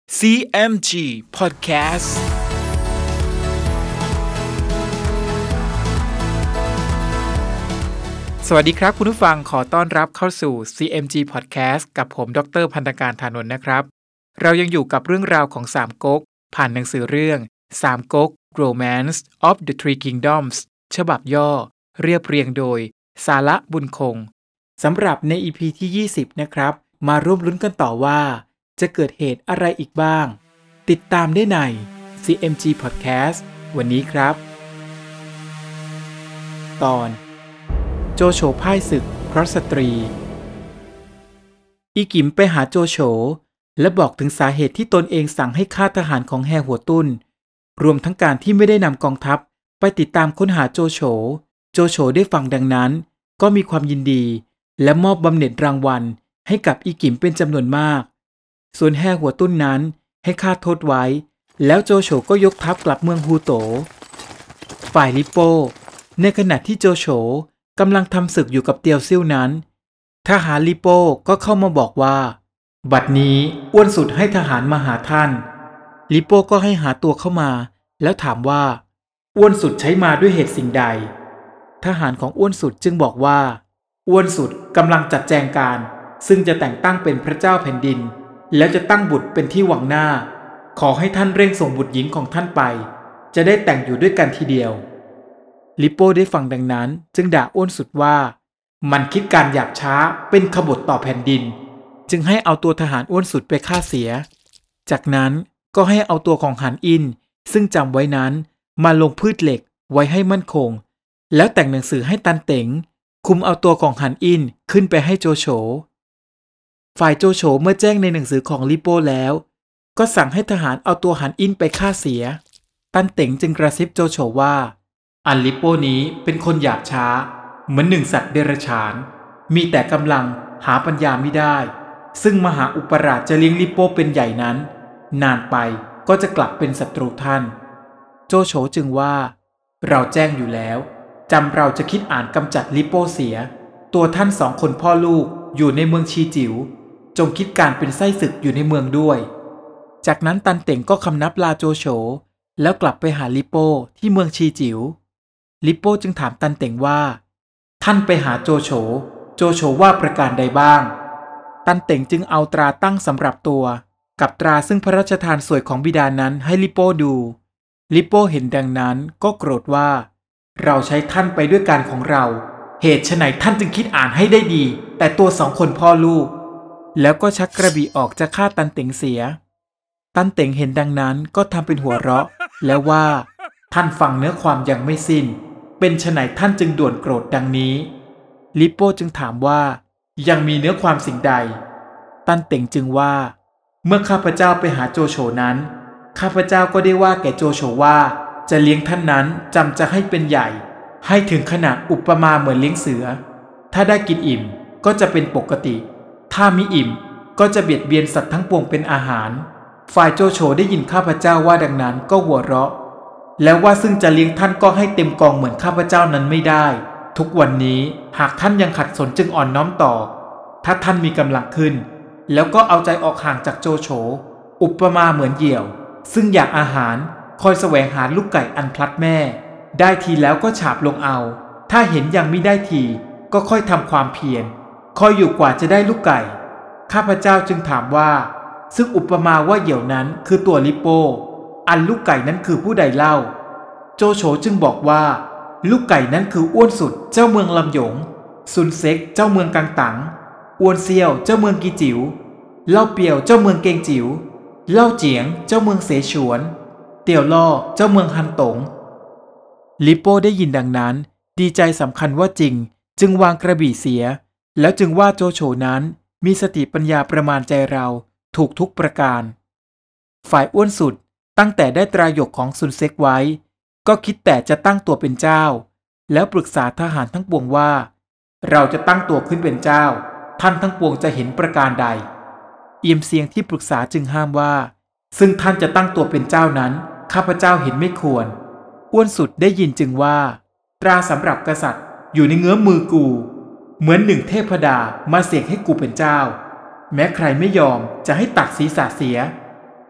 CMG Podcast สวัสดีครับคุณผู้ฟังขอต้อนรับเข้าสู่ CMG Podcast กับผมดร.พันธการธานนท์นะครับเรายังอยู่กับเรื่องราวของสามก๊กผ่านหนังสือเรื่องสามก๊ก Romance of the Three Kingdoms ฉบับย่อเรียบเรียงโดยสาระบุญคงสำหรับใน EP ที่20นะครับมาร่วมลุ้นกันต่อว่าจะเกิดเหตุอะไรอีกบ้างติดตามได้ใน CMG Podcast วันนี้ครับตอนโจโฉพ่ายศึกเพราะสตรีอีกิมไปหาโจโฉและบอกถึงสาเหตุที่ตนเองสั่งให้ฆ่าทหารของแฮหัวตุ้นรวมทั้งการที่ไม่ได้นำกองทัพไปติดตามค้นหาโจโฉได้ฟังดังนั้นก็มีความยินดีและมอบบำเหน็จรางวัลให้กับอีกิมเป็นจำนวนมากส่วนแฮหัวตุ้นนั้นให้ฆ่าโทษไว้แล้วโจโฉก็ยกทัพกลับเมืองฮูโตฝ่ายลิโป้ในขณะที่โจโฉกำลังทำศึกอยู่กับเตียวซิ่วนั้นทหารลิโป้ก็เข้ามาบอกว่าบัดนี้อ้วนสุดให้ทหารมาหาท่านลิโป้ก็ให้หาตัวเข้ามาแล้วถามว่าอ้วนสุดใช้มาด้วยเหตุสิ่งใดทหารของอ้วนสุดจึงบอกว่าอ้วนสุดกำลังจัดแจงการซึ่งจะแต่งตั้งเป็นพระเจ้าแผ่นดินแล้วจะตั้งบุตรเป็นที่หวังหน้าขอให้ท่านเร่งส่งบุตรหญิงของท่านไปจะได้แต่งอยู่ด้วยกันทีเดียวลิโป้ได้ฟังดังนั้นจึงด่าอ้วนสุดว่ามันคิดการหยาบช้าเป็นขบฏต่อแผ่นดินจึงให้เอาตัวทหารอ้วนสุดไปฆ่าเสียจากนั้นก็ให้เอาตัวของหันอินซึ่งจำไว้นั้นมาลงพืชเหล็กไว้ให้มั่นคงแล้วแต่งหนังสือให้ตันเต๋งคุมเอาตัวของหันอินขึ้นไปให้โจโฉฝ่ายโจโฉเมื่อแจ้งในหนังสือของลิโป้แล้วก็สั่งให้ทหารเอาตัวหันอินไปฆ่าเสียตันเต๋งจึงกระซิบโจโฉว่าอันลิโป้นี้เป็นคนหยาบช้าเหมือนหนึ่งสัตว์เดรัจฉานมีแต่กำลังหาปัญญาไม่ได้ซึ่งมหาอุปราชจะเลี้ยงลิโป้เป็นใหญ่นั้นนานไปก็จะกลับเป็นศัตรูท่านโจโฉจึงว่าเราแจ้งอยู่แล้วจำเราจะคิดอ่านกำจัดลิโป้เสียตัวท่านสองคนพ่อลูกอยู่ในเมืองชีจิ๋วจงคิดการเป็นไส้ศึกอยู่ในเมืองด้วยจากนั้นตันเต่งก็คำนับลาโจโฉแล้วกลับไปหาลิโป้ที่เมืองชีจิ๋วลิโป้จึงถามตันเต่งว่าท่านไปหาโจโฉว่าประการใดบ้างตันเต่งจึงเอาตราตั้งสำหรับตัวกับตราซึ่งพระราชทานสวยของบิดานั้นให้ลิโป้ดูลิโป้เห็นดังนั้นก็โกรธว่าเราใช้ท่านไปด้วยการของเราเหตุไฉนท่านจึงคิดอ่านให้ได้ดีแต่ตัวสองคนพ่อลูกแล้วก็ชักกระบี่ออกจะฆ่าตันเต่งเสียตันเต่งเห็นดังนั้นก็ทำเป็นหัวเราะแล้วว่าท่านฟังเนื้อความยังไม่สิ้นเป็นไฉนท่านจึงด่วนโกรธดังนี้ลิโป้จึงถามว่ายังมีเนื้อความสิ่งใดตันเต่งจึงว่าเมื่อข้าพเจ้าไปหาโจโฉนั้นข้าพเจ้าก็ได้ว่าแก่โจโฉว่าจะเลี้ยงท่านนั้นจำจะให้เป็นใหญ่ให้ถึงขนาดอุปมาเหมือนเลี้ยงเสือถ้าได้กินอิ่มก็จะเป็นปกติถ้ามิอิ่มก็จะเบียดเบียนสัตว์ทั้งปวงเป็นอาหารฝ่ายโจโฉได้ยินข้าพเจ้าว่าดังนั้นก็หัวเราะแล้วว่าซึ่งจะเลี้ยงท่านก็ให้เต็มกองเหมือนข้าพเจ้านั้นไม่ได้ทุกวันนี้หากท่านยังขัดสนจึงอ่อนน้อมต่อถ้าท่านมีกำลังขึ้นแล้วก็เอาใจออกห่างจากโจโฉอุปมาเหมือนเหยี่ยวซึ่งอยากอาหารคอยแสวงหาลูกไก่อันพลัดแม่ได้ทีแล้วก็ฉาบลงเอาถ้าเห็นยังไม่ได้ทีก็ค่อยทำความเพียรคอยอยู่กว่าจะได้ลูกไก่ข้าพเจ้าจึงถามว่าซึ่งอุปมาว่าเหยี่ยวนั้นคือตัวลิโป้อันลูกไก่นั้นคือผู้ใดเล่าโจโฉจึงบอกว่าลูกไก่นั้นคืออ้วนสุดเจ้าเมืองลำหยงซุนเซ็กเจ้าเมืองกังตังอ้วนเซียวเจ้าเมืองกีจิ๋วเล่าเปียวเจ้าเมืองเกงจิ๋วเล่าเจียงเจ้าเมืองเสฉวนเตี่ยวล่อเจ้าเมืองฮันตงลิโป้ได้ยินดังนั้นดีใจสำคัญว่าจริงจึงวางกระบี่เสียแล้วจึงว่าโจโฉนั้นมีสติปัญญาประมาณใจเราถูกทุกประการฝ่ายอ้วนสุดตั้งแต่ได้ตราหยกของซุนเซ็กไว้ก็คิดแต่จะตั้งตัวเป็นเจ้าแล้วปรึกษาทหารทั้งปวงว่าเราจะตั้งตัวขึ้นเป็นเจ้าท่านทั้งปวงจะเห็นประการใดเอี่ยมเซียงที่ปรึกษาจึงห้ามว่าซึ่งท่านจะตั้งตัวเป็นเจ้านั้นข้าพเจ้าเห็นไม่ควรอ้วนสุดได้ยินจึงว่าตราสำหรับกษัตริย์อยู่ในเงื้อมมือกูเหมือนหนึ่งเทพดามาเสกให้กูเป็นเจ้าแม้ใครไม่ยอมจะให้ตัดศีรษะเสีย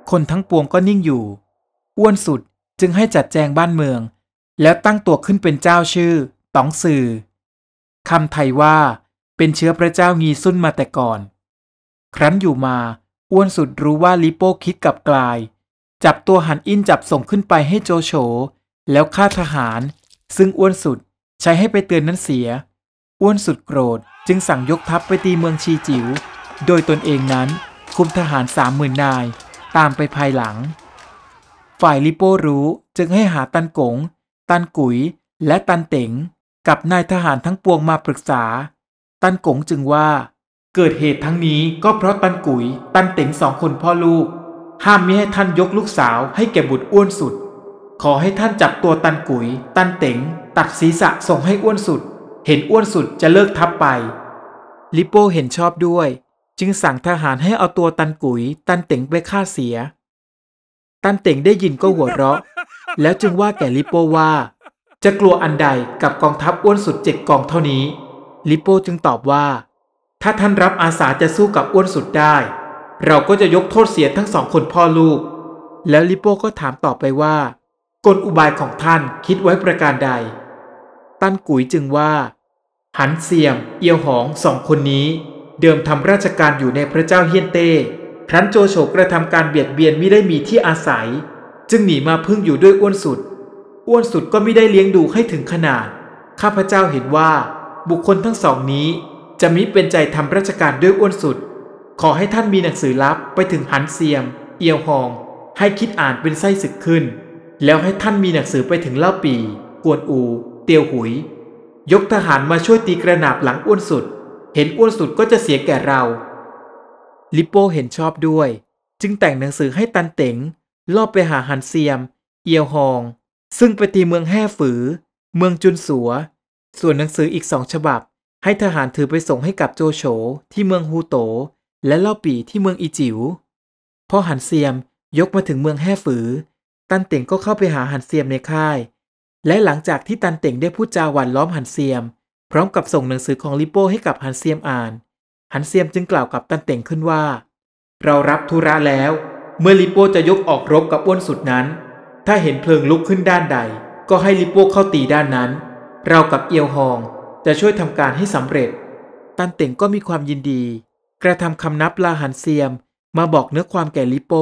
คนทั้งปวงก็นิ่งอยู่อ้วนสุดจึงให้จัดแจงบ้านเมืองแล้วตั้งตัวขึ้นเป็นเจ้าชื่อต๋องซือคำไทยว่าเป็นเชื้อพระเจ้างีซุ่นมาแต่ก่อนครั้นอยู่มาอ้วนสุดรู้ว่าลิโป้คิดกลับกลายจับตัวหันอินจับส่งขึ้นไปให้โจโฉแล้วฆ่าทหารซึ่งอ้วนสุดใช้ให้ไปเตือนนั้นเสียอ้วนสุดโกรธจึงสั่งยกทัพไปตีเมืองชีจิ๋วโดยตนเองนั้นคุมทหาร 30,000 นายตามไปภายหลังฝ่ายลิโป้รู้จึงให้หาตันกงตันกุ๋ยและตันเต๋งกับนายทหารทั้งปวงมาปรึกษาตันกงจึงว่าเกิดเหตุทั้งนี้ก็เพราะตันกุ๋ยตันเต๋ง2 คนพ่อลูกห้ามมิให้ท่านยกลูกสาวให้แก่บุตรอ้วนสุดขอให้ท่านจับตัวตันกุ๋ยตันเต๋งตัดศีรษะส่งให้อ้วนสุดเห็นอ้วนสุดจะเลิกทัพไปลิโป้เห็นชอบด้วยจึงสั่งทหารให้เอาตัวตันกุ๋ยตันเต๋งไปฆ่าเสียตันเต๋งได้ยินก็หัวเราะแล้วจึงว่าแก่ลิโป้ว่าจะกลัวอันใดกับกองทัพอ้วนสุด7 กองเท่านี้ลิโป้จึงตอบว่าถ้าท่านรับอาสาจะสู้กับอ้วนสุดได้เราก็จะยกโทษเสียทั้ง2 คนพ่อลูกแล้วลิโป้ก็ถามต่อไปว่ากลอุบายของท่านคิดไว้ประการใดตันกุ๋ยจึงว่าหันเซียมเอียวหอง2 คนนี้เดิมทำราชการอยู่ในพระเจ้าเฮียนเต้ครั้นโจโฉกระทำการเบียดเบียนมิได้มีที่อาศัยจึงหนีมาพึ่งอยู่ด้วยอ้วนสุดก็มิได้เลี้ยงดูให้ถึงขนาดข้าพเจ้าเห็นว่าบุคคลทั้งสองนี้จะมิเป็นใจทำราชการด้วยอ้วนสุดขอให้ท่านมีหนังสือลับไปถึงหันเซียมเอียวหองให้คิดอ่านเป็นไส้ศึกขึ้นแล้วให้ท่านมีหนังสือไปถึงเล่าปีกวนอูเตียวหุยยกทหารมาช่วยตีกระหนาบหลังอ้วนสุดเห็นอ้วนสุดก็จะเสียแก่เราลิโป้เห็นชอบด้วยจึงแต่งหนังสือให้ตันเต๋งลอบไปหาหันเซียมเอียวหองซึ่งไปตีเมืองแห่ฝือเมืองจุนสัวส่วนหนังสืออีก2 ฉบับให้ทหารถือไปส่งให้กับโจโฉที่เมืองฮูโตและเล่าปี่ที่เมืองอีจิ๋วพอหันเซียมยกมาถึงเมืองแห่ฝือตันเต๋งก็เข้าไปหาหันเซียมในค่ายและหลังจากที่ตันเต๋งได้พูดจาหวานล้อมหันเซียมพร้อมกับส่งหนังสือของลิโป้ให้กับหันเซียมอ่านหันเซียมจึงกล่าวกับตันเต๋งขึ้นว่าเรารับธุระแล้วเมื่อลิโป้จะยกออกรบกับอ้วนสุดนั้นถ้าเห็นเพลิงลุกขึ้นด้านใดก็ให้ลิโป้เข้าตีด้านนั้นเรากับเอียวหองจะช่วยทำการให้สำเร็จตันเต๋งก็มีความยินดีกระทำคำนับลาหันเซียมมาบอกเนื้อความแก่ลิโป้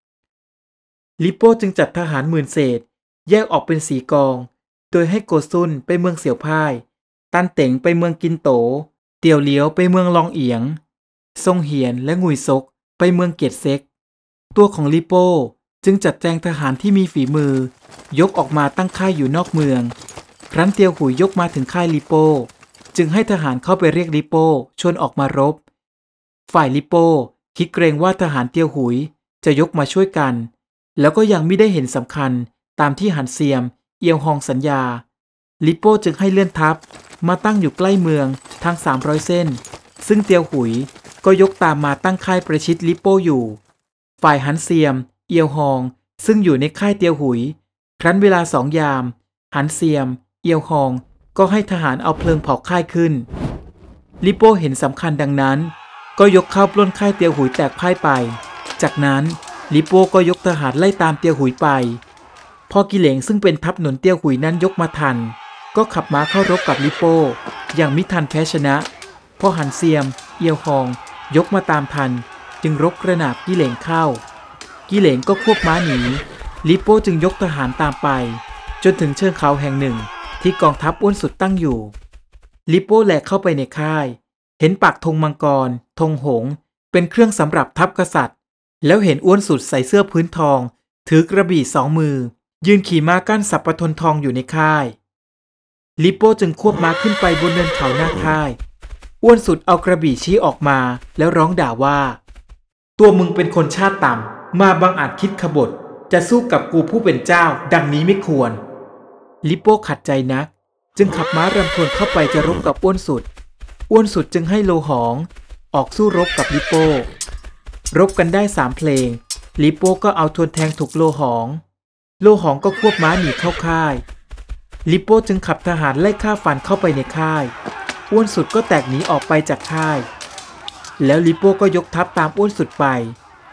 จึงจัดทหาร10,000 เศษแยกออกเป็น4 กองโดยให้โกซุนไปเมืองเสี่ยวพ่ายตันเต๋งไปเมืองกินโตเตียวเหลียวไปเมืองลองเอียงซงเหียนและงุยซกไปเมืองเกียรติเซ็กตัวของลิโป้จึงจัดแจงทหารที่มีฝีมือยกออกมาตั้งค่ายอยู่นอกเมืองครั้นเตียวหุยยกมาถึงค่ายลิโป้จึงให้ทหารเข้าไปเรียกลิโป้ชวนออกมารบฝ่ายลิโป้คิดเกรงว่าทหารเตียวหุยจะยกมาช่วยกันแล้วก็ยังไม่ได้เห็นสำคัญตามที่หันเซียมเอียวหองสัญญาลิโป้จึงให้เลื่อนทัพมาตั้งอยู่ใกล้เมืองทาง300 เส้นซึ่งเตียวหุยก็ยกตามมาตั้งค่ายประชิดลิโป้อยู่ฝ่ายหันเซียมเอียวหองซึ่งอยู่ในค่ายเตียวหุยครั้นเวลา2 ยามหันเซียมเอียวหองก็ให้ทหารเอาเพลิงเผาค่ายขึ้นลิโป้เห็นสำคัญดังนั้นก็ยกเข้าปล้นค่ายเตียวหุยแตกพ่ายไปจากนั้นลิโป้ก็ยกทหารไล่ตามเตียวหุยไปพอกิเหลงซึ่งเป็นทัพหนุนเตียวหุยนั้นยกมาทันก็ขับม้าเข้ารบกับลิโป้อย่างมิทันแพ้ชนะพอหันเซียมเอียวหองยกมาตามทันจึงรบกระหนาบกิเหลงเข้ากิเหลงก็ควบม้าหนีลิโป้จึงยกทหารตามไปจนถึงเชิงเขาแห่งหนึ่งที่กองทัพอ้วนสุดตั้งอยู่ลิโป้แลเข้าไปในค่ายเห็นปักธงมังกรธงหงส์เป็นเครื่องสำหรับทัพกษัตริย์แล้วเห็นอ้วนสุดใส่เสื้อพื้นทองถือกระบี่2 มือยืนขี่ม้ากั้นสัปปทนทองอยู่ในค่ายลิโป้จึงควบม้าขึ้นไปบนเนินเขาหน้าค่ายอ้วนสุดเอากระบี่ชี้ออกมาแล้วร้องด่าว่าตัวมึงเป็นคนชาติต่ำมาบังอาจคิดขบฏจะสู้กับกูผู้เป็นเจ้าดังนี้ไม่ควรลิโป้ขัดใจนักจึงขับม้ารำทวนเข้าไปจะรบกับอ้วนสุดจึงให้โลหองออกสู้รบกับลิโป้รบกันได้3 เพลงลิโป้ก็เอาทวนแทงถูกโลหองก็ควบม้าหนีเข้าค่ายลิโป้จึงขับทหารไล่ฆ่าฟันเข้าไปในค่ายอ้วนสุดก็แตกหนีออกไปจากค่ายแล้วลิโป้ก็ยกทัพตามอ้วนสุดไป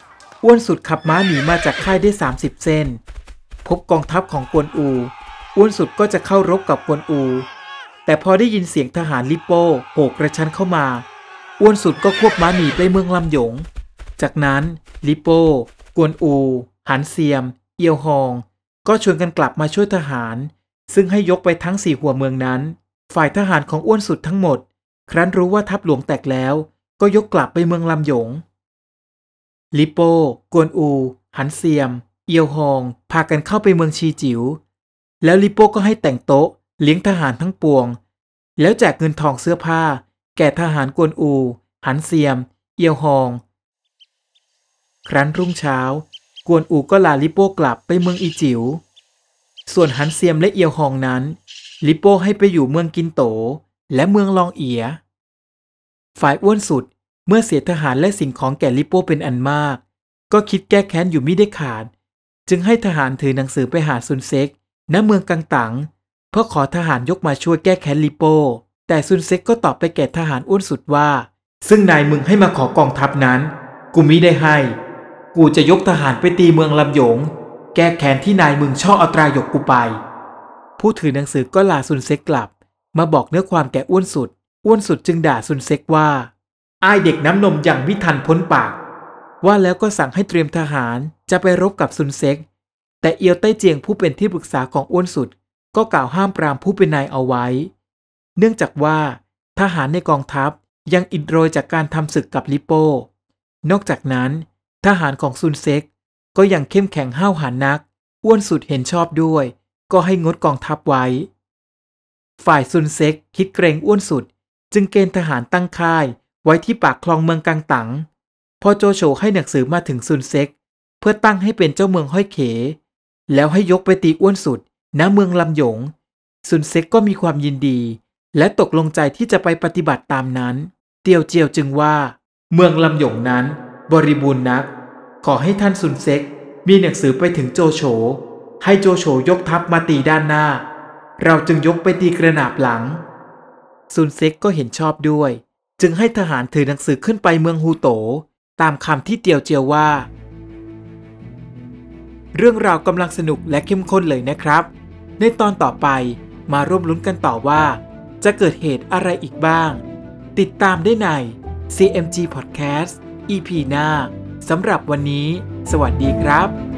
อ้วนสุดขับม้าหนีมาจากค่ายได้30เส้นพบกองทัพของกวนอูอ้วนสุดก็จะเข้ารบกับกวนอูแต่พอได้ยินเสียงทหารลิโป้โผกระชั้นเข้ามาอ้วนสุดก็ควบม้าหนีไปเมืองลำหยงจากนั้นลิโป้กวนอูหันเซียมเอียวฮองก็ชวนกันกลับมาช่วยทหารซึ่งให้ยกไปทั้ง4หัวเมืองนั้นฝ่ายทหารของอ้วนสุดทั้งหมดครั้นรู้ว่าทัพหลวงแตกแล้วก็ยกกลับไปเมืองลำหยงลิโป้กวนอูหันเซียมเอียวฮองพากันเข้าไปเมืองชีจิ๋วแล้วลิโป้ก็ให้แต่งโต๊ะเลี้ยงทหารทั้งปวงแล้วแจกเงินทองเสื้อผ้าแก่ทหารกวนอูหันเซียมเอียวฮองครั้นรุ่งเช้ากวนอูก็ลาลิโป้กลับไปเมืองอีจิ๋วส่วนหันเซียมและเอียวฮองนั้นลิโป้ให้ไปอยู่เมืองกินโตและเมืองลองเอียฝ่ายอ้วนสุดเมื่อเสียทหารและสิ่งของแก่ลิโป้เป็นอันมากก็คิดแก้แค้นอยู่มิได้ขาดจึงให้ทหารถือหนังสือไปหาซุนเซ็กณเมืองกังตังเพื่อขอทหารยกมาช่วยแก้แค้นลิโป้แต่ซุนเซ็กก็ตอบไปแก่ทหารอ้วนสุดว่าซึ่งนายมึงให้มาขอกองทัพนั้นกูมิได้ให้กูจะยกทหารไปตีเมืองลำหยงแก้แค้นที่นายมึงช่อเอาตรายกกูไปผู้ถือหนังสือก็ลาซุนเซ็กกลับมาบอกเนื้อความแก่อ้วนสุดจึงด่าซุนเซ็กว่าอ้ายเด็กน้ำนมยังมิทันพ้นปากว่าแล้วก็สั่งให้เตรียมทหารจะไปรบกับซุนเซ็กแต่เอียวไต้เจียงผู้เป็นที่ปรึกษาของอ้วนสุดก็กล่าวห้ามปรามผู้เป็นนายเอาไว้เนื่องจากว่าทหารในกองทัพยังอิดโรยจากการทำศึกกับลิโป้นอกจากนั้นทหารของซุนเซ็กก็ยังเข้มแข็งห้าวหาญนักอ้วนสุดเห็นชอบด้วยก็ให้งดกองทัพไว้ฝ่ายซุนเซ็กคิดเกรงอ้วนสุดจึงเกณฑ์ทหารตั้งค่ายไว้ที่ปากคลองเมืองกังตังพอโจโฉให้หนังสือมาถึงซุนเซ็กเพื่อตั้งให้เป็นเจ้าเมืองห้อยเขแล้วให้ยกไปตีอ้วนสุดณเมืองลำหยงซุนเซ็กก็มีความยินดีและตกลงใจที่จะไปปฏิบัติตามนั้นเตียวเจียวจึงว่าเมืองลำหยงนั้นบริบูรณ์นักขอให้ท่านซุนเซ็กมีหนังสือไปถึงโจโฉให้โจโฉยกทัพมาตีด้านหน้าเราจึงยกไปตีกระหนาบหลังซุนเซ็กก็เห็นชอบด้วยจึงให้ทหารถือหนังสือขึ้นไปเมืองฮูโตตามคำที่เตียวเจียวว่าเรื่องราวกำลังสนุกและเข้มข้นเลยนะครับในตอนต่อไปมาร่วมลุ้นกันต่อว่าจะเกิดเหตุอะไรอีกบ้างติดตามได้ใน CMG Podcast EP หน้าสำหรับวันนี้สวัสดีครับ